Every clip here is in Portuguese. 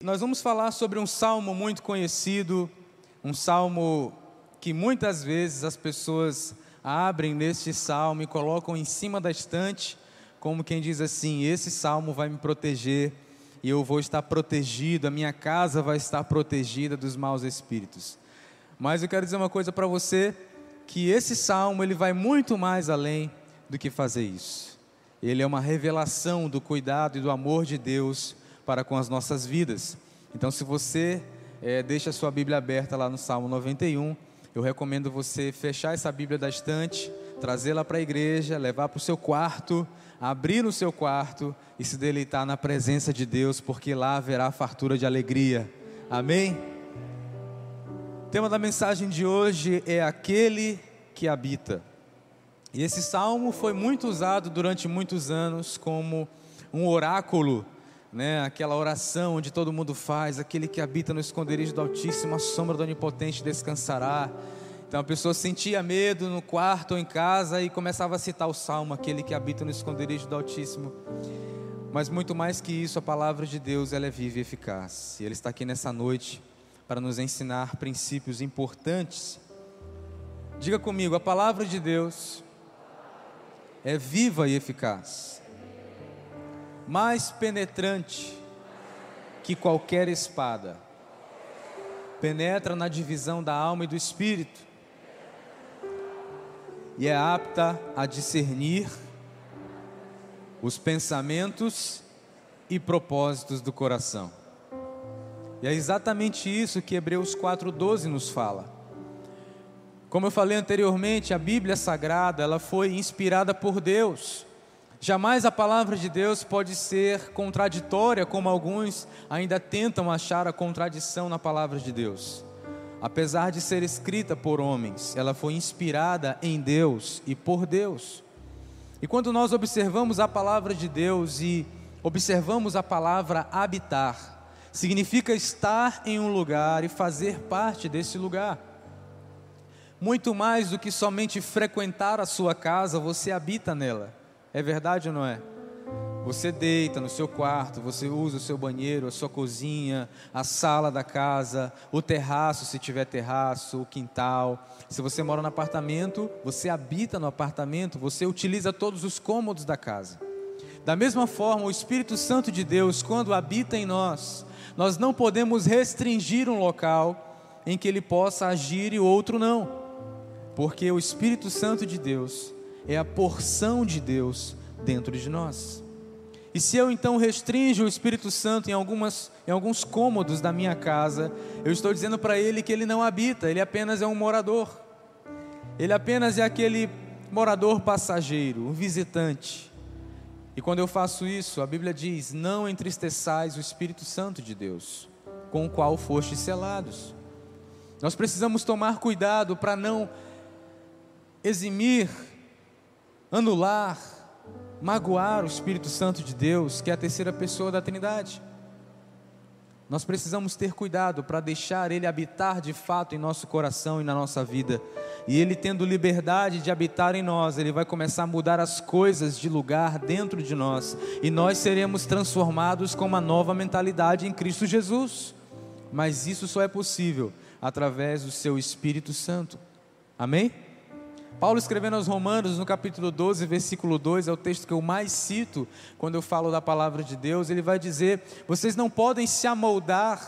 nós vamos falar sobre um salmo muito conhecido, um salmo que muitas vezes as pessoas abrem neste salmo e colocam em cima da estante, como quem diz assim: esse salmo vai me proteger e eu vou estar protegido, a minha casa vai estar protegida dos maus espíritos. Mas eu quero dizer uma coisa para você, que esse salmo ele vai muito mais além do que fazer isso. Ele é uma revelação do cuidado e do amor de Deus para com as nossas vidas. Então, se você deixa a sua Bíblia aberta lá no Salmo 91, eu recomendo você fechar essa Bíblia da estante, trazê-la para a igreja, levar para o seu quarto, abrir no seu quarto e se deleitar na presença de Deus, porque lá haverá fartura de alegria. Amém? O tema da mensagem de hoje é aquele que habita. E esse salmo foi muito usado durante muitos anos como um oráculo, né? Aquela oração onde todo mundo faz: aquele que habita no esconderijo do Altíssimo, a sombra do Onipotente descansará. Então a pessoa sentia medo no quarto ou em casa e começava a citar o salmo: aquele que habita no esconderijo do Altíssimo. Mas muito mais que isso, a palavra de Deus, ela é viva e eficaz. E Ele está aqui nessa noite para nos ensinar princípios importantes. Diga comigo: a palavra de Deus é viva e eficaz, mais penetrante que qualquer espada, penetra na divisão da alma e do espírito, e é apta a discernir os pensamentos e propósitos do coração. E é exatamente isso que Hebreus 4:12 nos fala. Como eu falei anteriormente, a Bíblia Sagrada, ela foi inspirada por Deus. Jamais a palavra de Deus pode ser contraditória, como alguns ainda tentam achar a contradição na palavra de Deus. Apesar de ser escrita por homens, ela foi inspirada em Deus e por Deus. E quando nós observamos a palavra de Deus e observamos a palavra habitar, significa estar em um lugar e fazer parte desse lugar. Muito mais do que somente frequentar a sua casa, você habita nela. É verdade ou não é? Você deita no seu quarto, você usa o seu banheiro, a sua cozinha, a sala da casa, o terraço, se tiver terraço, o quintal. Se você mora no apartamento, você habita no apartamento, você utiliza todos os cômodos da casa. Da mesma forma, o Espírito Santo de Deus, quando habita em nós, nós não podemos restringir um local em que Ele possa agir e o outro não. Porque o Espírito Santo de Deus é a porção de Deus dentro de nós. E se eu então restringo o Espírito Santo em alguns cômodos da minha casa, eu estou dizendo para Ele que Ele não habita, Ele apenas é um morador. Ele apenas é aquele morador passageiro, um visitante. E quando eu faço isso, a Bíblia diz: não entristeçais o Espírito Santo de Deus, com o qual fostes selados. Nós precisamos tomar cuidado para não eximir, anular, magoar o Espírito Santo de Deus, que é a terceira pessoa da Trindade. Nós precisamos ter cuidado para deixar Ele habitar de fato em nosso coração e na nossa vida. E Ele, tendo liberdade de habitar em nós, Ele vai começar a mudar as coisas de lugar dentro de nós, e nós seremos transformados com uma nova mentalidade em Cristo Jesus. Mas isso só é possível através do seu Espírito Santo. Amém? Paulo, escrevendo aos Romanos, no capítulo 12, versículo 2, é o texto que eu mais cito quando eu falo da palavra de Deus. Ele vai dizer: vocês não podem se amoldar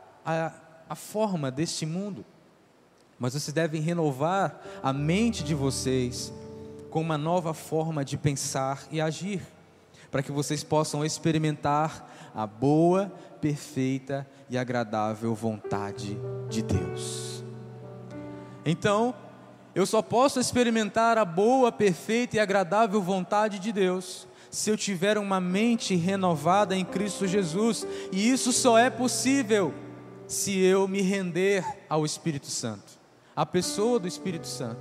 à forma deste mundo, mas vocês devem renovar a mente de vocês com uma nova forma de pensar e agir, para que vocês possam experimentar a boa, perfeita e agradável vontade de Deus. Então, eu só posso experimentar a boa, perfeita e agradável vontade de Deus se eu tiver uma mente renovada em Cristo Jesus. E isso só é possível se eu me render ao Espírito Santo, à pessoa do Espírito Santo.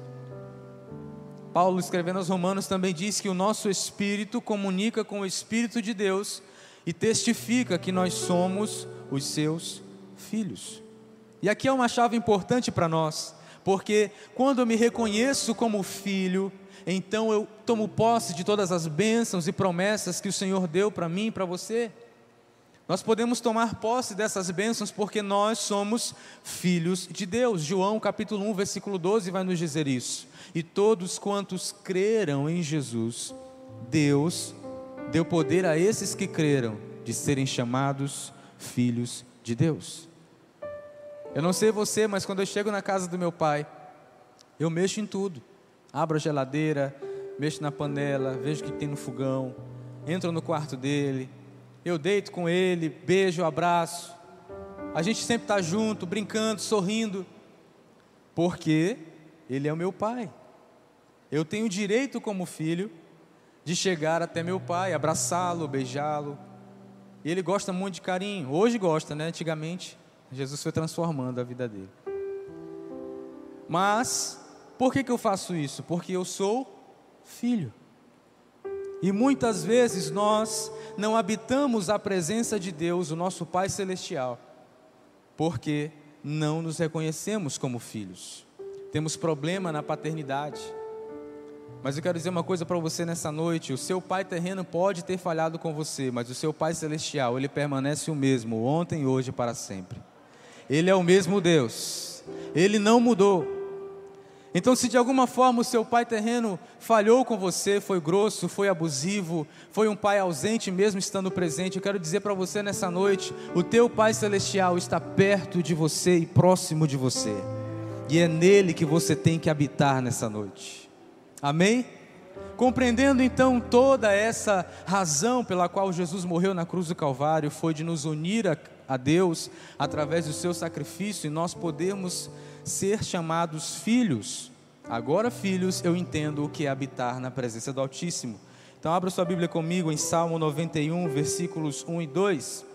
Paulo, escrevendo aos Romanos, também diz que o nosso espírito comunica com o Espírito de Deus e testifica que nós somos os seus filhos. E aqui é uma chave importante para nós, porque quando eu me reconheço como filho, então eu tomo posse de todas as bênçãos e promessas que o Senhor deu para mim e para você. Nós podemos tomar posse dessas bênçãos porque nós somos filhos de Deus. João capítulo 1, versículo 12 vai nos dizer isso. E todos quantos creram em Jesus, Deus deu poder a esses que creram de serem chamados filhos de Deus. Eu não sei você, mas quando eu chego na casa do meu pai, eu mexo em tudo. Abro a geladeira, mexo na panela, vejo o que tem no fogão, entro no quarto dele, eu deito com ele, beijo, abraço. A gente sempre está junto, brincando, sorrindo, porque ele é o meu pai. Eu tenho direito como filho de chegar até meu pai, abraçá-lo, beijá-lo. E ele gosta muito de carinho. Hoje gosta, né? Antigamente, Jesus foi transformando a vida dele. Mas, por que eu faço isso? Porque eu sou filho. E muitas vezes nós não habitamos a presença de Deus, o nosso Pai Celestial, porque não nos reconhecemos como filhos. Temos problema na paternidade. Mas eu quero dizer uma coisa para você nessa noite: o seu pai terreno pode ter falhado com você, mas o seu Pai Celestial, ele permanece o mesmo, ontem, hoje e para sempre. Ele é o mesmo Deus, ele não mudou. Então, se de alguma forma o seu pai terreno falhou com você, foi grosso, foi abusivo, foi um pai ausente mesmo estando presente, eu quero dizer para você nessa noite: o teu Pai Celestial está perto de você e próximo de você, e é nele que você tem que habitar nessa noite. Amém? Compreendendo então toda essa razão pela qual Jesus morreu na cruz do Calvário, foi de nos unir a Deus através do seu sacrifício, e nós podemos ser chamados filhos. Agora, filhos, eu entendo o que é habitar na presença do Altíssimo. Então abra sua Bíblia comigo em Salmo 91, versículos 1 e 2.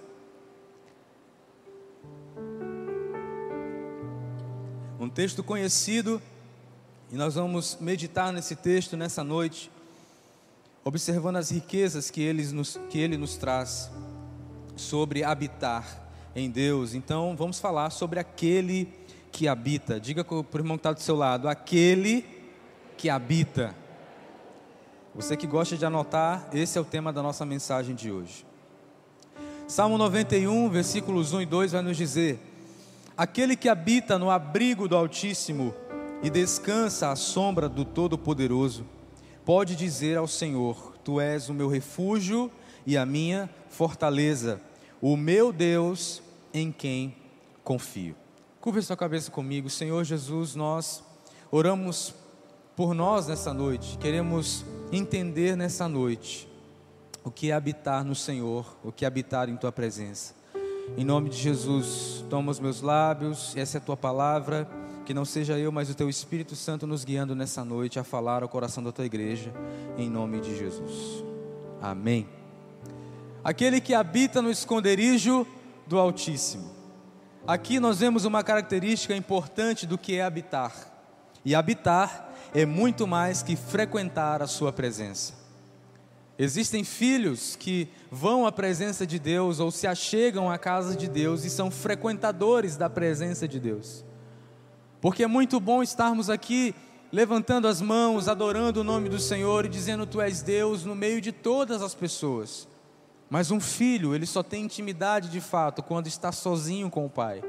Um texto conhecido, e nós vamos meditar nesse texto nessa noite, observando as riquezas que ele nos traz sobre habitar em Deus. Então vamos falar sobre aquele que habita. Diga para o irmão que está do seu lado: aquele que habita. Você que gosta de anotar, esse é o tema da nossa mensagem de hoje. Salmo 91, versículos 1 e 2 vai nos dizer: aquele que habita no abrigo do Altíssimo e descansa à sombra do Todo-Poderoso, pode dizer ao Senhor: tu és o meu refúgio e a minha fortaleza, o meu Deus em quem confio. Curva sua cabeça comigo. Senhor Jesus, nós oramos por nós nessa noite, queremos entender nessa noite o que é habitar no Senhor, o que é habitar em Tua presença. Em nome de Jesus, toma os meus lábios, essa é a Tua palavra, que não seja eu, mas o Teu Espírito Santo nos guiando nessa noite a falar ao coração da Tua igreja, em nome de Jesus. Amém. Aquele que habita no esconderijo do Altíssimo. Aqui nós vemos uma característica importante do que é habitar. E habitar é muito mais que frequentar a sua presença. Existem filhos que vão à presença de Deus ou se achegam à casa de Deus e são frequentadores da presença de Deus. Porque é muito bom estarmos aqui levantando as mãos, adorando o nome do Senhor e dizendo: tu és Deus no meio de todas as pessoas. Mas um filho, ele só tem intimidade de fato quando está sozinho com o pai.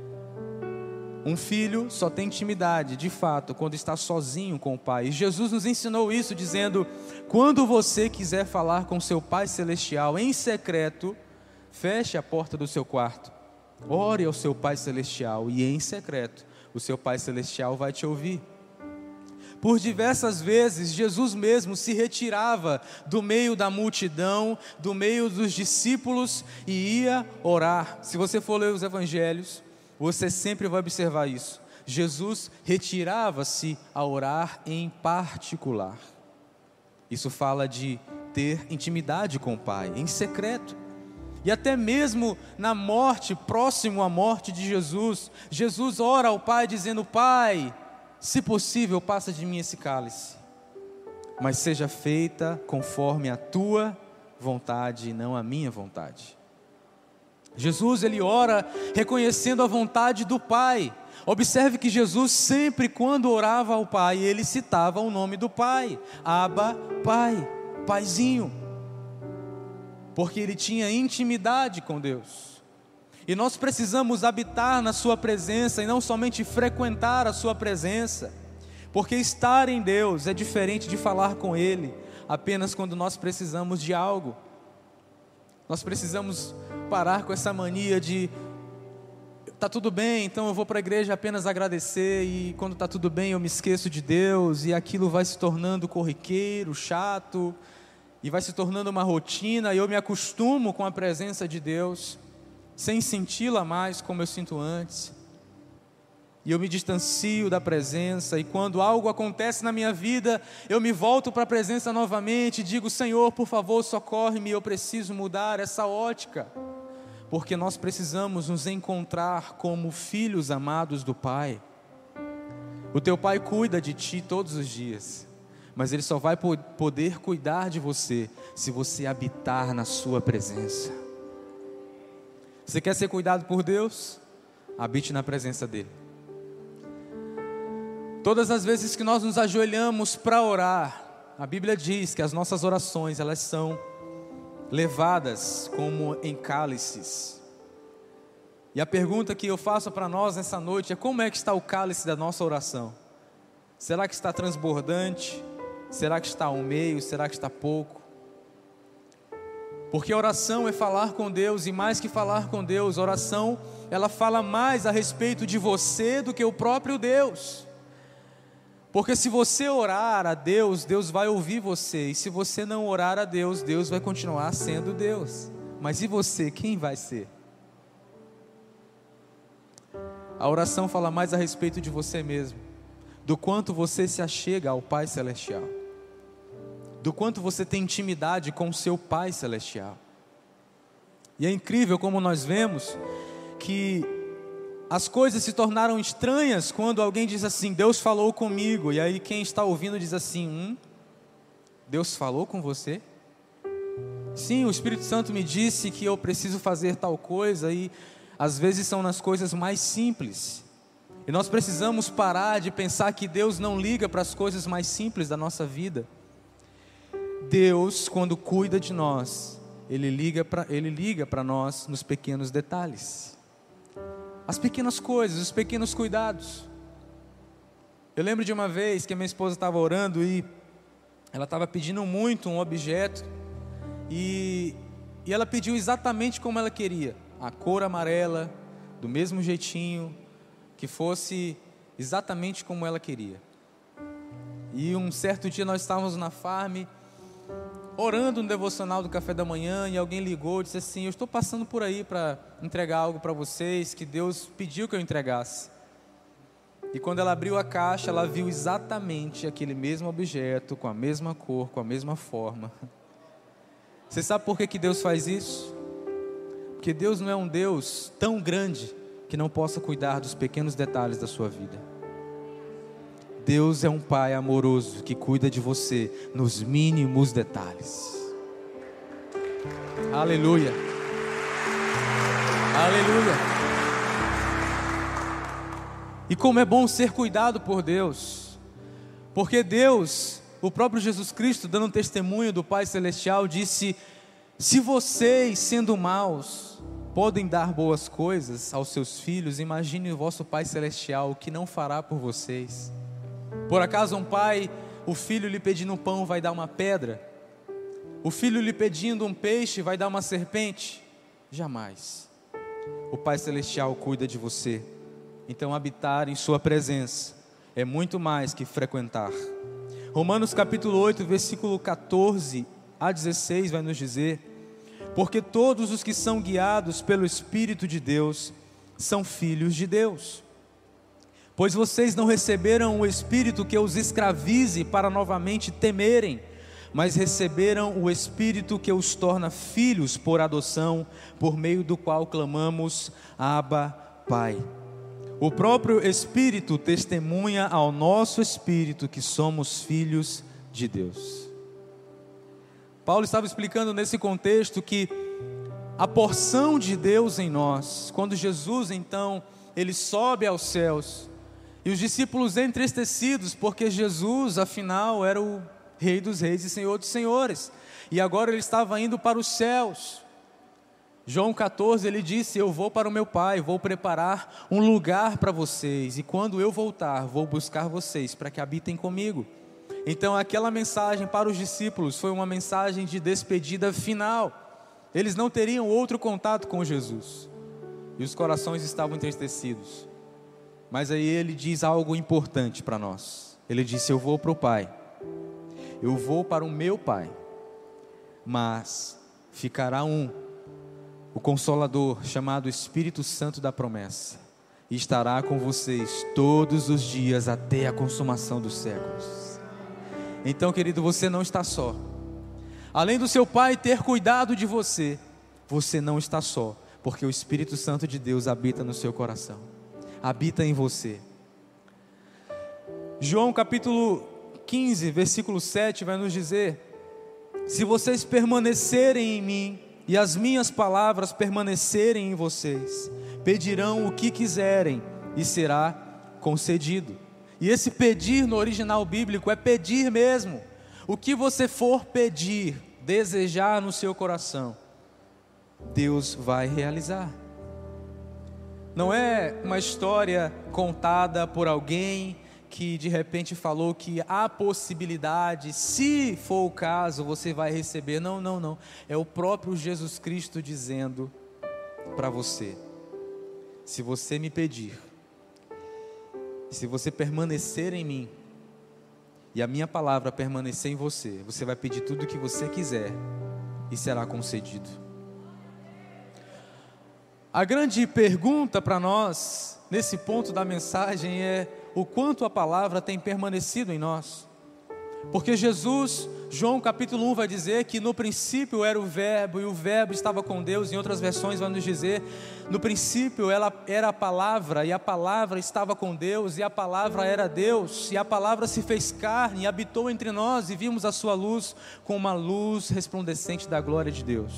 Um filho só tem intimidade de fato quando está sozinho com o pai. E Jesus nos ensinou isso dizendo: quando você quiser falar com seu Pai Celestial em secreto, feche a porta do seu quarto, ore ao seu Pai Celestial, e em secreto o seu Pai Celestial vai te ouvir. Por diversas vezes, Jesus mesmo se retirava do meio da multidão, do meio dos discípulos, e ia orar. Se você for ler os evangelhos, você sempre vai observar isso. Jesus retirava-se a orar em particular. Isso fala de ter intimidade com o Pai, em secreto. E até mesmo na morte, próximo à morte de Jesus, Jesus ora ao Pai dizendo: Pai, se possível, passa de mim esse cálice, mas seja feita conforme a tua vontade e não a minha vontade. Jesus, ele ora reconhecendo a vontade do Pai. Observe que Jesus sempre, quando orava ao Pai, ele citava o nome do Pai: Abba, Pai, Paizinho. porque ele tinha intimidade com Deus. E nós precisamos habitar na sua presença e não somente frequentar a sua presença, porque estar em Deus é diferente de falar com Ele apenas quando nós precisamos de algo. Nós precisamos parar com essa mania de tá tudo bem, então eu vou para a igreja apenas agradecer, e quando tá tudo bem eu me esqueço de Deus, e aquilo vai se tornando corriqueiro, chato, e vai se tornando uma rotina, e eu me acostumo com a presença de Deus, sem senti-la mais como eu sinto antes, e eu me distancio da presença, e quando algo acontece na minha vida, eu me volto para a presença novamente, e digo: Senhor, por favor, socorre-me, eu preciso mudar essa ótica, porque nós precisamos nos encontrar como filhos amados do Pai. O teu Pai cuida de ti todos os dias, mas Ele só vai poder cuidar de você se você habitar na sua presença. Você quer ser cuidado por Deus? Habite na presença dEle. Todas as vezes que nós nos ajoelhamos para orar, a Bíblia diz que as nossas orações, elas são levadas como em cálices. E a pergunta que eu faço para nós nessa noite é: como é que está o cálice da nossa oração? Será que está transbordante? Será que está ao meio? Será que está pouco? Porque oração é falar com Deus, e mais que falar com Deus, oração, ela fala mais a respeito de você do que o próprio Deus. Porque se você orar a Deus, Deus vai ouvir você, e se você não orar a Deus, Deus vai continuar sendo Deus. Mas e você, quem vai ser? A oração fala mais a respeito de você mesmo, do quanto você se achega ao Pai Celestial, do quanto você tem intimidade com o seu Pai Celestial. E é incrível como nós vemos que as coisas se tornaram estranhas quando alguém diz assim: Deus falou comigo, e aí quem está ouvindo diz assim: Deus falou com você? Sim, o Espírito Santo me disse que eu preciso fazer tal coisa, e às vezes são nas coisas mais simples, e nós precisamos parar de pensar que Deus não liga para as coisas mais simples da nossa vida. Deus, quando cuida de nós, Ele liga para nós nos pequenos detalhes, as pequenas coisas, os pequenos cuidados. Eu lembro de uma vez que a minha esposa estava orando, e ela estava pedindo muito um objeto, e ela pediu exatamente como ela queria, a cor amarela, do mesmo jeitinho, que fosse exatamente como ela queria. E um certo dia nós estávamos na farm, orando no devocional do café da manhã, e alguém ligou e disse assim: eu estou passando por aí para entregar algo para vocês, que Deus pediu que eu entregasse. E quando ela abriu a caixa, ela viu exatamente aquele mesmo objeto, com a mesma cor, com a mesma forma. Você sabe por que Deus faz isso? Porque Deus não é um Deus tão grande que não possa cuidar dos pequenos detalhes da sua vida. Deus é um Pai amoroso que cuida de você nos mínimos detalhes. Aleluia. Aleluia. E como é bom ser cuidado por Deus, porque Deus, o próprio Jesus Cristo, dando um testemunho do Pai Celestial, disse: se vocês, sendo maus, podem dar boas coisas aos seus filhos, imagine o vosso Pai Celestial, o que não fará por vocês. Por acaso um pai, o filho lhe pedindo um pão, vai dar uma pedra? O filho lhe pedindo um peixe, vai dar uma serpente? Jamais. O Pai Celestial cuida de você. Então habitar em sua presença é muito mais que frequentar. Romanos capítulo 8, versículo 14 a 16 vai nos dizer: porque todos os que são guiados pelo Espírito de Deus são filhos de Deus. Pois vocês não receberam o Espírito que os escravize para novamente temerem, mas receberam o Espírito que os torna filhos por adoção, por meio do qual clamamos: Abba, Pai. O próprio Espírito testemunha ao nosso espírito que somos filhos de Deus. Paulo estava explicando nesse contexto que a porção de Deus em nós, quando Jesus então, Ele sobe aos céus, e os discípulos entristecidos, porque Jesus afinal era o Rei dos Reis e Senhor dos Senhores, e agora ele estava indo para os céus. João 14, ele disse: eu vou para o meu Pai, vou preparar um lugar para vocês, e quando eu voltar, vou buscar vocês para que habitem comigo. Então aquela mensagem para os discípulos foi uma mensagem de despedida final. Eles não teriam outro contato com Jesus, e os corações estavam entristecidos. Mas aí ele diz algo importante para nós. Ele disse: eu vou para o Pai, eu vou para o meu Pai, mas ficará o Consolador, chamado Espírito Santo da promessa, e estará com vocês todos os dias até a consumação dos séculos. Então, querido, você não está só. Além do seu Pai ter cuidado de você, você não está só, porque o Espírito Santo de Deus habita no seu coração, habita em você. João capítulo 15, versículo 7 vai nos dizer: se vocês permanecerem em mim e as minhas palavras permanecerem em vocês, pedirão o que quiserem e será concedido. E esse pedir no original bíblico é pedir mesmo. O que você for pedir, desejar no seu coração, Deus vai realizar. Não é uma história contada por alguém que de repente falou que há possibilidade, se for o caso, você vai receber. Não, não, não. É o próprio Jesus Cristo dizendo para você: se você me pedir, se você permanecer em mim, e a minha palavra permanecer em você, você vai pedir tudo o que você quiser e será concedido. A grande pergunta para nós, nesse ponto da mensagem, é o quanto a palavra tem permanecido em nós. Porque Jesus, João capítulo 1 vai dizer que no princípio era o verbo, e o verbo estava com Deus. Em outras versões vai nos dizer: no princípio ela era a palavra, e a palavra estava com Deus, e a palavra era Deus, e a palavra se fez carne e habitou entre nós, e vimos a sua luz como uma luz resplandecente da glória de Deus.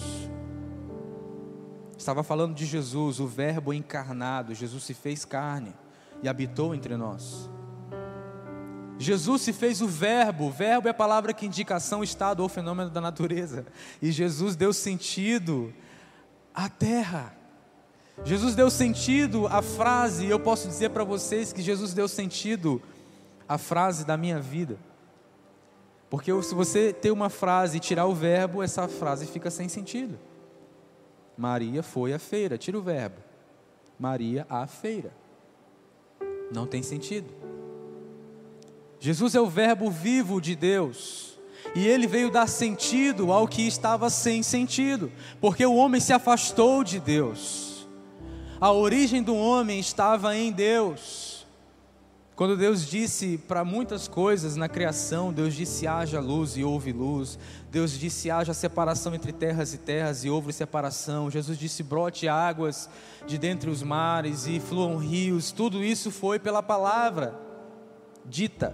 Estava falando de Jesus, o verbo encarnado. Jesus se fez carne e habitou entre nós. Jesus se fez o verbo é a palavra que indica ação, estado ou fenômeno da natureza. E Jesus deu sentido à terra. Jesus deu sentido à frase, e eu posso dizer para vocês que Jesus deu sentido à frase da minha vida. Porque se você ter uma frase e tirar o verbo, essa frase fica sem sentido. Maria foi à feira, tira o verbo. Maria à feira. Não tem sentido. Jesus é o verbo vivo de Deus, e ele veio dar sentido ao que estava sem sentido, porque o homem se afastou de Deus. A origem do homem estava em Deus. Quando Deus disse para muitas coisas na criação, Deus disse: haja luz e houve luz. Deus disse: haja separação entre terras e terras, e houve separação. Jesus disse: brote águas de dentre os mares e fluam rios. Tudo isso foi pela palavra dita.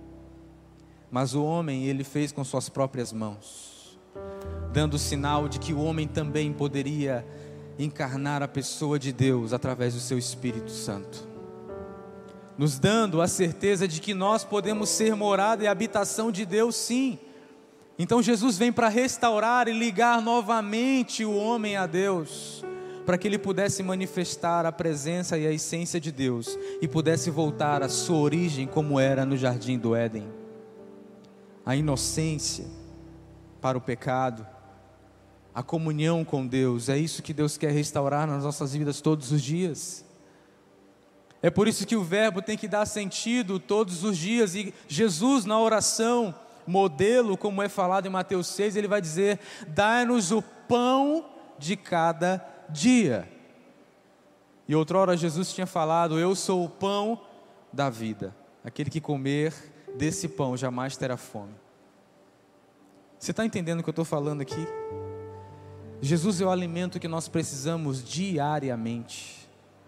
Mas o homem, ele fez com suas próprias mãos, dando sinal de que o homem também poderia encarnar a pessoa de Deus através do seu Espírito Santo, nos dando a certeza de que nós podemos ser morada e habitação de Deus, sim. Então Jesus vem para restaurar e ligar novamente o homem a Deus, para que ele pudesse manifestar a presença e a essência de Deus, e pudesse voltar à sua origem como era no jardim do Éden. A inocência para o pecado, a comunhão com Deus, é isso que Deus quer restaurar nas nossas vidas todos os dias. É por isso que o verbo tem que dar sentido todos os dias. E Jesus, na oração modelo, como é falado em Mateus 6, ele vai dizer: dai-nos o pão de cada dia. E outrora Jesus tinha falado: eu sou o pão da vida, aquele que comer desse pão jamais terá fome. Você está entendendo o que eu estou falando aqui? Jesus é o alimento que nós precisamos diariamente.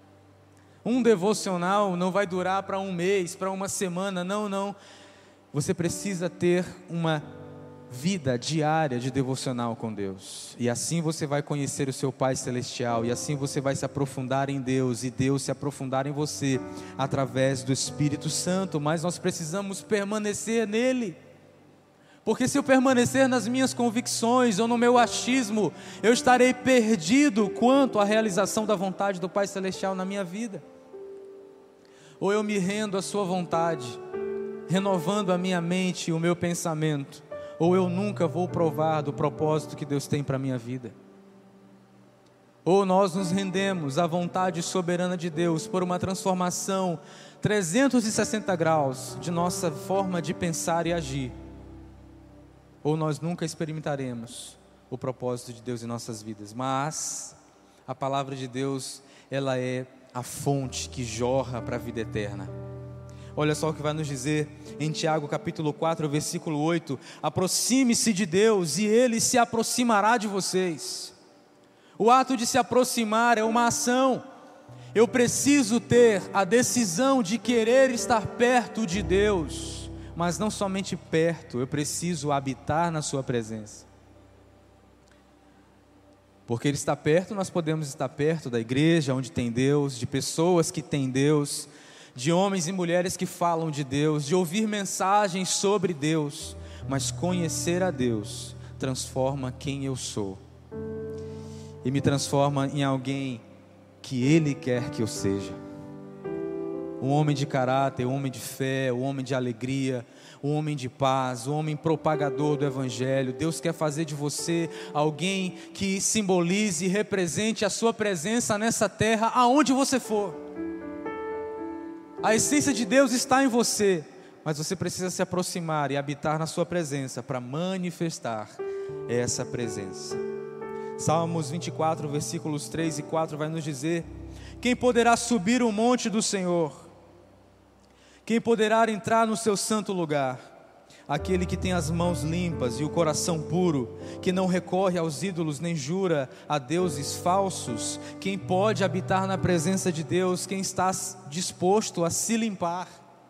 Um devocional não vai durar para um mês, para uma semana, não. Você precisa ter uma vida diária de devocional com Deus, e assim você vai conhecer o seu Pai Celestial, e assim você vai se aprofundar em Deus, e Deus se aprofundar em você, através do Espírito Santo. Mas nós precisamos permanecer nele. Porque se eu permanecer nas minhas convicções ou no meu achismo, eu estarei perdido quanto à realização da vontade do Pai Celestial na minha vida. Ou eu me rendo à sua vontade, renovando a minha mente e o meu pensamento, ou eu nunca vou provar do propósito que Deus tem para a minha vida. Ou nós nos rendemos à vontade soberana de Deus por uma transformação 360 graus de nossa forma de pensar e agir, ou nós nunca experimentaremos o propósito de Deus em nossas vidas. Mas a palavra de Deus, ela é a fonte que jorra para a vida eterna. Olha só o que vai nos dizer em Tiago capítulo 4, versículo 8: aproxime-se de Deus e Ele se aproximará de vocês. O ato de se aproximar é uma ação. Eu preciso ter a decisão de querer estar perto de Deus, mas não somente perto, eu preciso habitar na sua presença. Porque Ele está perto, nós podemos estar perto da igreja onde tem Deus, de pessoas que têm Deus, de homens e mulheres que falam de Deus, de ouvir mensagens sobre Deus, mas conhecer a Deus transforma quem eu sou e me transforma em alguém que Ele quer que eu seja. Um homem de caráter, um homem de fé, um homem de alegria, um homem de paz, um homem propagador do Evangelho. Deus quer fazer de você alguém que simbolize e represente a sua presença nessa terra, aonde você for. A essência de Deus está em você, mas você precisa se aproximar e habitar na sua presença para manifestar essa presença. Salmos 24, versículos 3 e 4 vai nos dizer: quem poderá subir o monte do Senhor? Quem poderá entrar no seu santo lugar? Aquele que tem as mãos limpas e o coração puro, que não recorre aos ídolos nem jura a deuses falsos. Quem pode habitar na presença de Deus? Quem está disposto a se limpar?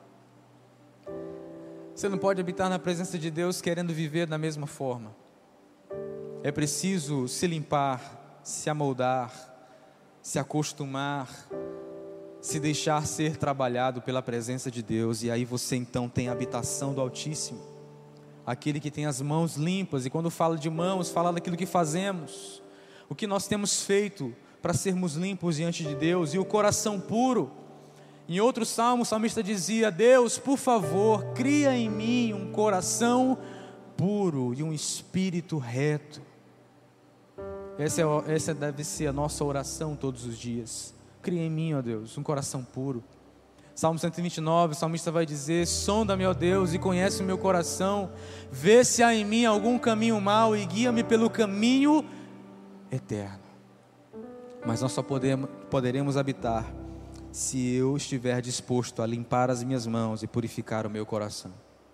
Você não pode habitar na presença de Deus querendo viver da mesma forma. É preciso se limpar, se amoldar, se acostumar, se deixar ser trabalhado pela presença de Deus. E aí você então tem a habitação do Altíssimo, aquele que tem as mãos limpas. E quando fala de mãos, fala daquilo que fazemos, o que nós temos feito para sermos limpos diante de Deus, e o coração puro. Em outro salmo, o salmista dizia: Deus, por favor, cria em mim um coração puro e um espírito reto. Essa deve ser a nossa oração todos os dias. Cria em mim, ó Deus, um coração puro. Salmo 129, o salmista vai dizer: sonda-me, ó Deus, e conhece o meu coração, vê se há em mim algum caminho mau e guia-me pelo caminho eterno. Mas nós só poderemos habitar se eu estiver disposto a limpar as minhas mãos e purificar o meu coração.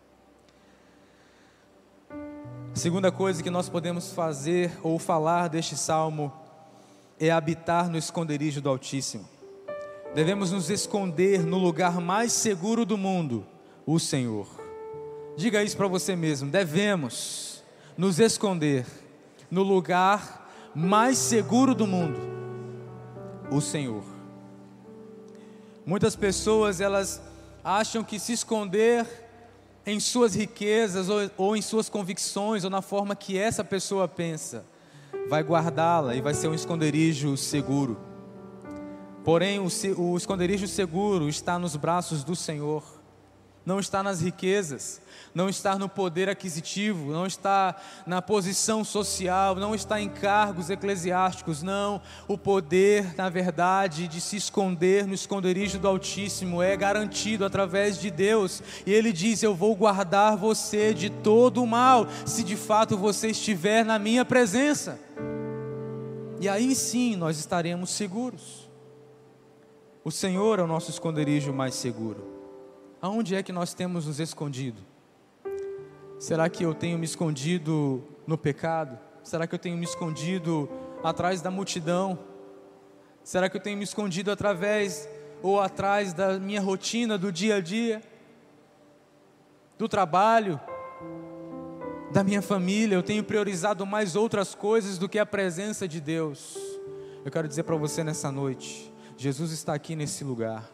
A segunda coisa que nós podemos fazer ou falar deste salmo é habitar no esconderijo do Altíssimo. Devemos nos esconder no lugar mais seguro do mundo, o Senhor. Diga isso para você mesmo: devemos nos esconder no lugar mais seguro do mundo, o Senhor. Muitas pessoas, elas acham que se esconder em suas riquezas ou em suas convicções, ou na forma que essa pessoa pensa, vai guardá-la e vai ser um esconderijo seguro. Porém, o esconderijo seguro está nos braços do Senhor. Não está nas riquezas, não está no poder aquisitivo, não está na posição social, não está em cargos eclesiásticos, não. O poder, na verdade, de se esconder no esconderijo do Altíssimo é garantido através de Deus. E Ele diz: eu vou guardar você de todo o mal, se de fato você estiver na minha presença. E aí sim nós estaremos seguros. O Senhor é o nosso esconderijo mais seguro. Aonde é que nós temos nos escondido? Será que eu tenho me escondido no pecado? Será que eu tenho me escondido atrás da multidão? Será que eu tenho me escondido atrás da minha rotina do dia a dia? Do trabalho? Da minha família? Eu tenho priorizado mais outras coisas do que a presença de Deus. Eu quero dizer para você nessa noite: Jesus está aqui nesse lugar.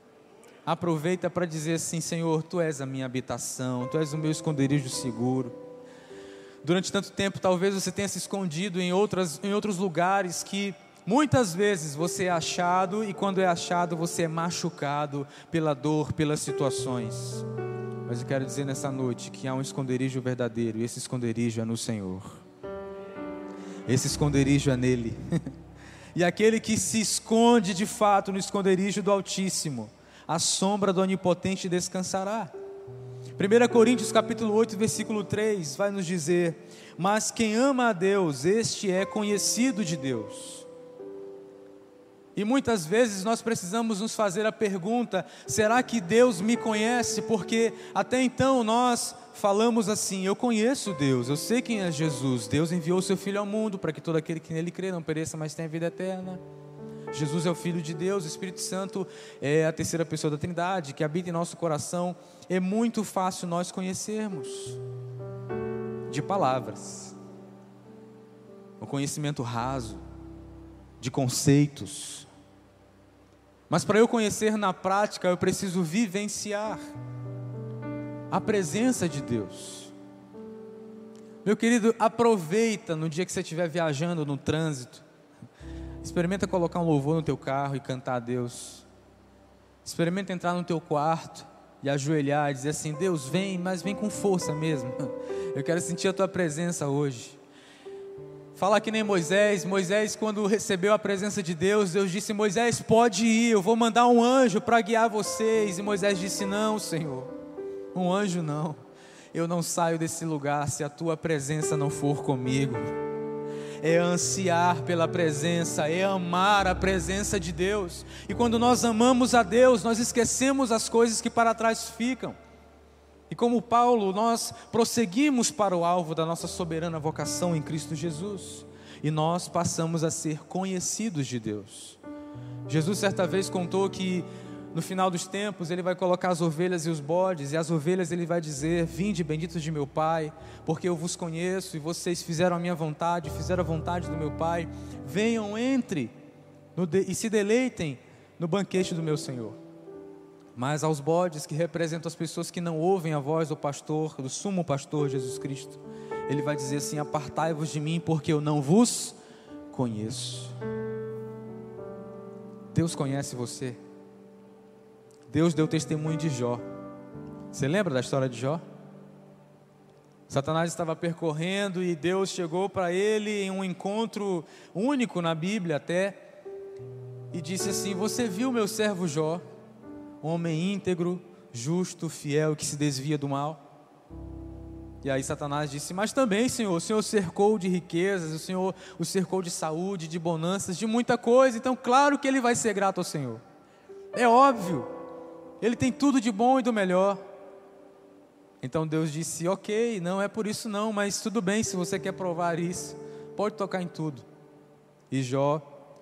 Aproveita para dizer assim: Senhor, Tu és a minha habitação, Tu és o meu esconderijo seguro. durante tanto tempo, talvez você tenha se escondido em outros lugares que muitas vezes você é achado, e quando é achado você é machucado pela dor, pelas situações. Mas eu quero dizer nessa noite que há um esconderijo verdadeiro, e esse esconderijo é no Senhor. Esse esconderijo é nele. E aquele que se esconde de fato no esconderijo do Altíssimo, a sombra do Onipotente descansará. 1 Coríntios capítulo 8, versículo 3 vai nos dizer: mas quem ama a Deus, este é conhecido de Deus. E muitas vezes nós precisamos nos fazer a pergunta: será que Deus me conhece? Porque até então nós falamos assim: eu conheço Deus, eu sei quem é Jesus. Deus enviou o seu Filho ao mundo para que todo aquele que nele crê não pereça, mas tenha vida eterna. Jesus é o Filho de Deus, o Espírito Santo é a terceira pessoa da Trindade, que habita em nosso coração. É muito fácil nós conhecermos de palavras, um conhecimento raso, de conceitos. Mas para eu conhecer na prática, eu preciso vivenciar a presença de Deus. Meu querido, aproveita no dia que você estiver viajando no trânsito. Experimenta colocar um louvor no teu carro e cantar a Deus. Experimenta entrar no teu quarto e ajoelhar e dizer assim: Deus, vem, mas vem com força mesmo. Eu quero sentir a tua presença hoje. Fala que nem Moisés. Moisés, quando recebeu a presença de Deus, Deus disse: Moisés, pode ir, eu vou mandar um anjo para guiar vocês. E Moisés disse: não, Senhor, um anjo não. Eu não saio desse lugar se a tua presença não for comigo. É ansiar pela presença, é amar a presença de Deus. E quando nós amamos a Deus, nós esquecemos as coisas que para trás ficam. E como Paulo, nós prosseguimos para o alvo da nossa soberana vocação em Cristo Jesus. E nós passamos a ser conhecidos de Deus. Jesus certa vez contou que no final dos tempos Ele vai colocar as ovelhas e os bodes, e as ovelhas Ele vai dizer: vinde benditos de meu Pai, porque eu vos conheço e vocês fizeram a minha vontade, fizeram a vontade do meu Pai. Venham, entre e se deleitem no banquete do meu Senhor. Mas aos bodes, que representam as pessoas que não ouvem a voz do pastor, do sumo pastor Jesus Cristo, Ele vai dizer assim: apartai-vos de mim, porque eu não vos conheço. Deus conhece você. Deus deu testemunho de Jó. Você lembra da história de Jó? Satanás estava percorrendo e Deus chegou para ele em um encontro único na Bíblia até, e disse assim: você viu meu servo Jó, homem íntegro, justo, fiel, que se desvia do mal? E aí Satanás disse: mas também, Senhor, o Senhor cercou de riquezas, o Senhor o cercou de saúde, de bonanças, de muita coisa, então claro que ele vai ser grato ao Senhor. É óbvio. Ele tem tudo de bom e do melhor. Então Deus disse: ok, não é por isso não, mas tudo bem, se você quer provar isso, pode tocar em tudo. E Jó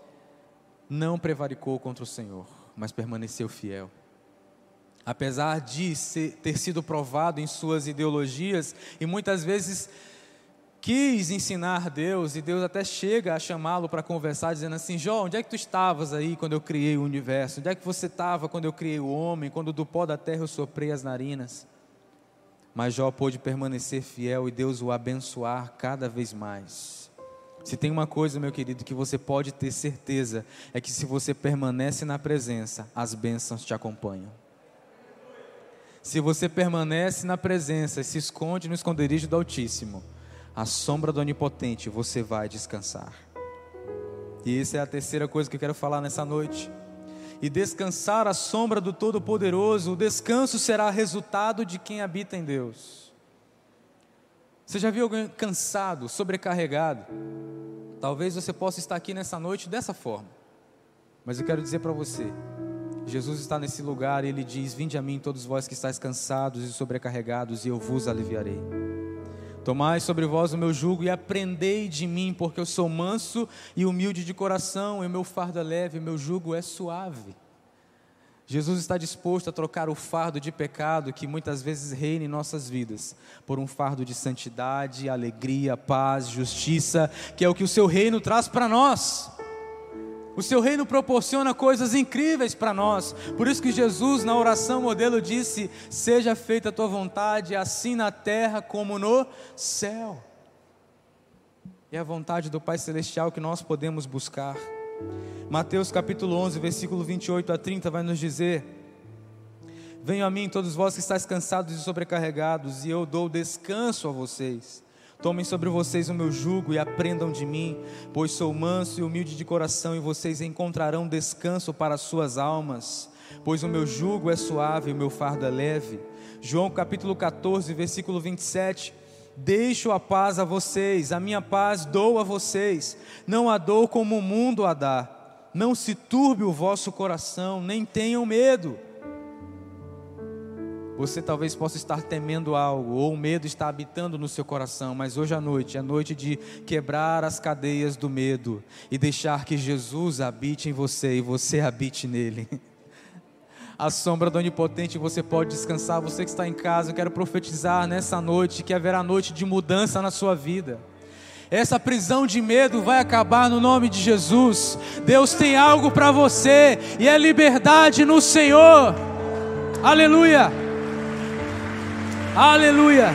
não prevaricou contra o Senhor, mas permaneceu fiel. Apesar de ter sido provado em suas ideologias, e muitas vezes quis ensinar Deus, e Deus até chega a chamá-lo para conversar, dizendo assim: Jó, onde é que tu estavas aí quando eu criei o universo? Onde é que você estava quando eu criei o homem, quando do pó da terra eu soprei as narinas? Mas Jó pôde permanecer fiel e Deus o abençoar cada vez mais. Se tem uma coisa, meu querido, que você pode ter certeza, é que se você permanece na presença, as bênçãos te acompanham. Se você permanece na presença e se esconde no esconderijo do Altíssimo, a sombra do Onipotente, você vai descansar. E essa é a terceira coisa que eu quero falar nessa noite. E descansar à sombra do Todo-Poderoso, o descanso será resultado de quem habita em Deus. Você já viu alguém cansado, sobrecarregado? Talvez você possa estar aqui nessa noite dessa forma. Mas eu quero dizer para você, Jesus está nesse lugar e Ele diz: vinde a mim todos vós que estáis cansados e sobrecarregados, e eu vos aliviarei. Tomai sobre vós o meu jugo e aprendei de mim, porque eu sou manso e humilde de coração, e o meu fardo é leve, e o meu jugo é suave. Jesus está disposto a trocar o fardo de pecado que muitas vezes reina em nossas vidas, por um fardo de santidade, alegria, paz, justiça, que é o que o seu reino traz para nós. O seu reino proporciona coisas incríveis para nós. Por isso que Jesus, na oração modelo, disse: seja feita a tua vontade, assim na terra como no céu. é a vontade do Pai Celestial que nós podemos buscar. Mateus capítulo 11, versículo 28 a 30 vai nos dizer: venham a mim todos vós que estáis cansados e sobrecarregados, e eu dou descanso a vocês. Tomem sobre vocês o meu jugo e aprendam de mim, pois sou manso e humilde de coração, e vocês encontrarão descanso para as suas almas, pois o meu jugo é suave e o meu fardo é leve. João capítulo 14, versículo 27: deixo a paz a vocês, a minha paz dou a vocês, não a dou como o mundo a dá. Não se turbe o vosso coração, nem tenham medo. Você talvez possa estar temendo algo, ou o medo está habitando no seu coração, mas hoje à noite é noite de quebrar as cadeias do medo e deixar que Jesus habite em você e você habite nele. A sombra do Onipotente você pode descansar. Você que está em casa, eu quero profetizar nessa noite que haverá noite de mudança na sua vida. Essa prisão de medo vai acabar no nome de Jesus. Deus tem algo para você e é liberdade no Senhor. Aleluia, aleluia.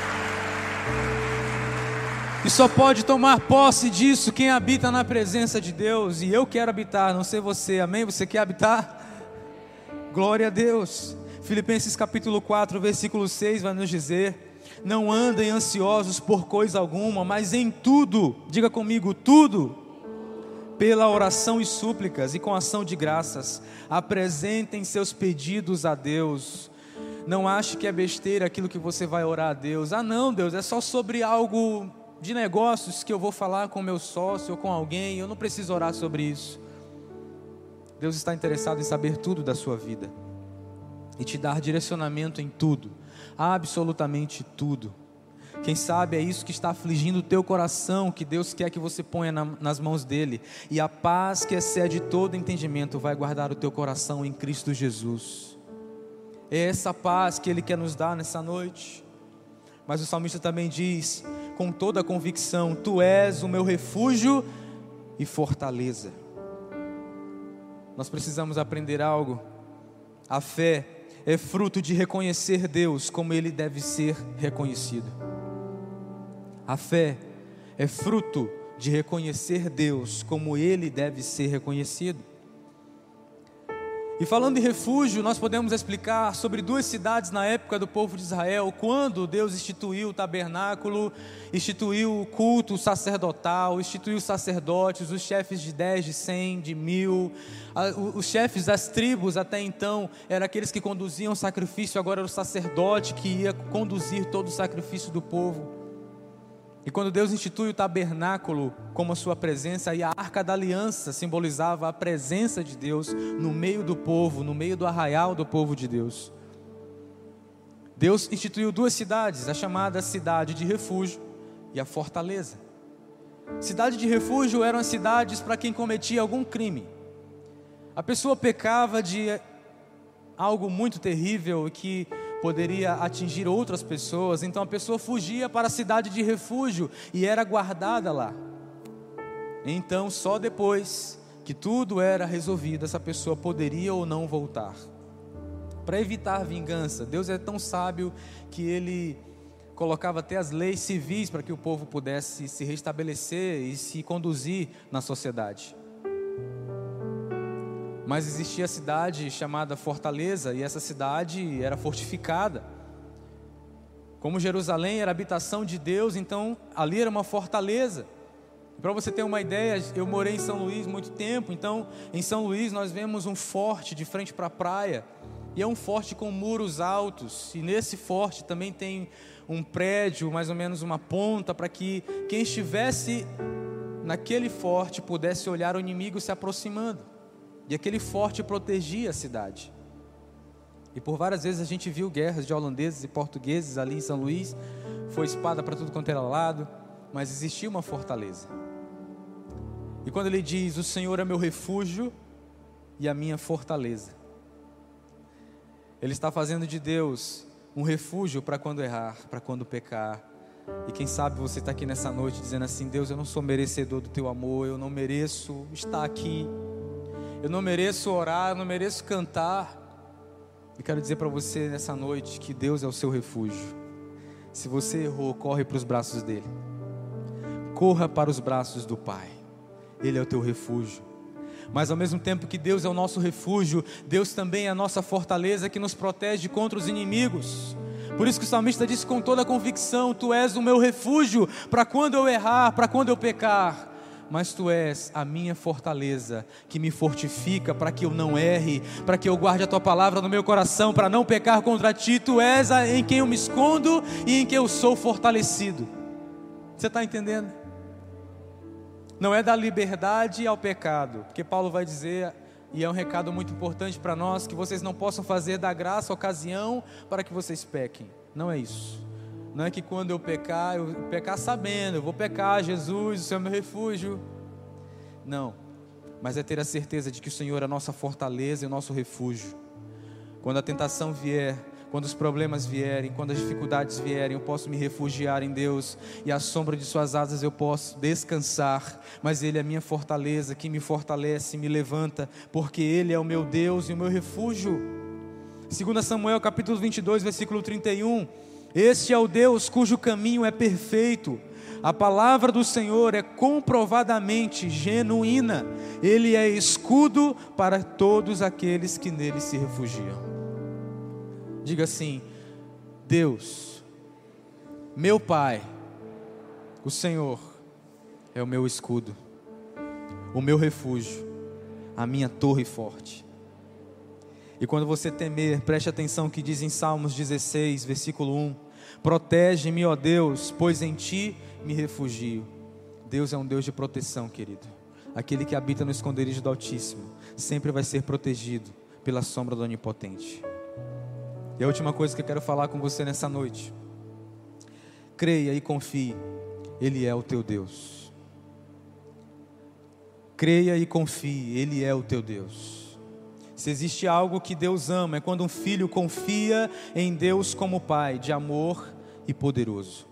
E só pode tomar posse disso quem habita na presença de Deus. E eu quero habitar, não sei você, amém? Você quer habitar? Glória a Deus. Filipenses capítulo 4, versículo 6 vai nos dizer: não andem ansiosos por coisa alguma, mas em tudo, diga comigo, tudo, pela oração e súplicas e com ação de graças, apresentem seus pedidos a Deus. Não ache que é besteira aquilo que você vai orar a Deus. Ah não, Deus, é só sobre algo de negócios que eu vou falar com meu sócio ou com alguém, eu não preciso orar sobre isso. Deus está interessado em saber tudo da sua vida e te dar direcionamento em tudo, absolutamente tudo. Quem sabe é isso que está afligindo o teu coração, que Deus quer que você ponha nas mãos dele, e a paz que excede todo entendimento vai guardar o teu coração em Cristo Jesus. É essa paz que ele quer nos dar nessa noite. Mas o salmista também diz com toda a convicção: tu és o meu refúgio e fortaleza. Nós precisamos aprender algo. A fé é fruto de reconhecer Deus como Ele deve ser reconhecido. A fé é fruto de reconhecer Deus como Ele deve ser reconhecido. E falando em refúgio, nós podemos explicar sobre duas cidades na época do povo de Israel, quando Deus instituiu o tabernáculo, instituiu o culto sacerdotal, instituiu os sacerdotes, os chefes de 10, de 100, de 1000, os chefes das tribos até então eram aqueles que conduziam o sacrifício, agora era o sacerdote que ia conduzir todo o sacrifício do povo. E quando Deus institui o tabernáculo como a sua presença, e a arca da aliança simbolizava a presença de Deus no meio do povo, no meio do arraial do povo de Deus. Deus instituiu duas cidades, a chamada cidade de refúgio e a fortaleza. Cidade de refúgio eram as cidades para quem cometia algum crime. A pessoa pecava de algo muito terrível que poderia atingir outras pessoas, então a pessoa fugia para a cidade de refúgio e era guardada lá. Então só depois que tudo era resolvido, essa pessoa poderia ou não voltar. Para evitar vingança, Deus é tão sábio que Ele colocava até as leis civis para que o povo pudesse se restabelecer e se conduzir na sociedade. Mas existia a cidade chamada Fortaleza, e essa cidade era fortificada. Como Jerusalém era a habitação de Deus, então ali era uma fortaleza. Para você ter uma ideia, eu morei em São Luís muito tempo, então em São Luís nós vemos um forte de frente para a praia, e é um forte com muros altos, e nesse forte também tem um prédio, mais ou menos uma ponta, para que quem estivesse naquele forte pudesse olhar o inimigo se aproximando. E aquele forte protegia a cidade. E por várias vezes a gente viu guerras de holandeses e portugueses ali em São Luís. Foi espada para tudo quanto era lado, mas existia uma fortaleza. E quando ele diz: o Senhor é meu refúgio e a minha fortaleza, Ele está fazendo de Deus um refúgio para quando errar, para quando pecar. E quem sabe você está aqui nessa noite dizendo assim: Deus, eu não sou merecedor do teu amor, eu não mereço estar aqui, eu não mereço orar, eu não mereço cantar. Eu quero dizer para você nessa noite que Deus é o seu refúgio. Se você errou, corre para os braços dele. corra para os braços do Pai. Ele é o teu refúgio. Mas ao mesmo tempo que Deus é o nosso refúgio, Deus também é a nossa fortaleza que nos protege contra os inimigos. Por isso que o salmista disse com toda a convicção: Tu és o meu refúgio para quando eu errar, para quando eu pecar. Mas Tu és a minha fortaleza, que me fortifica para que eu não erre, para que eu guarde a Tua palavra no meu coração, para não pecar contra Ti. Tu és em quem eu me escondo e em quem eu sou fortalecido. Você está entendendo? Não é da liberdade ao pecado, porque Paulo vai dizer, e é um recado muito importante para nós, que vocês não possam fazer da graça ocasião para que vocês pequem. Não é isso. Não é que quando eu pecar sabendo, eu vou pecar, Jesus, o Senhor é meu refúgio. Não, mas é ter a certeza de que o Senhor é a nossa fortaleza e o nosso refúgio. Quando a tentação vier, quando os problemas vierem, quando as dificuldades vierem, eu posso me refugiar em Deus, e à sombra de suas asas eu posso descansar, mas Ele é a minha fortaleza, que me fortalece, me levanta, porque Ele é o meu Deus e o meu refúgio. 2 Samuel capítulo 22, versículo 31, este é o Deus cujo caminho é perfeito, a palavra do Senhor é comprovadamente genuína, Ele é escudo para todos aqueles que nele se refugiam. Diga assim: Deus, meu Pai, o Senhor é o meu escudo, o meu refúgio, a minha torre forte. E quando você temer, preste atenção que diz em Salmos 16, versículo 1: protege-me, ó Deus, pois em Ti me refugio. Deus é um Deus de proteção, querido. Aquele que habita no esconderijo do Altíssimo sempre vai ser protegido pela sombra do Onipotente. E a última coisa que eu quero falar com você nessa noite: creia e confie, Ele é o teu Deus. Creia e confie, Ele é o teu Deus. Se existe algo que Deus ama, é quando um filho confia em Deus como Pai, de amor e poderoso.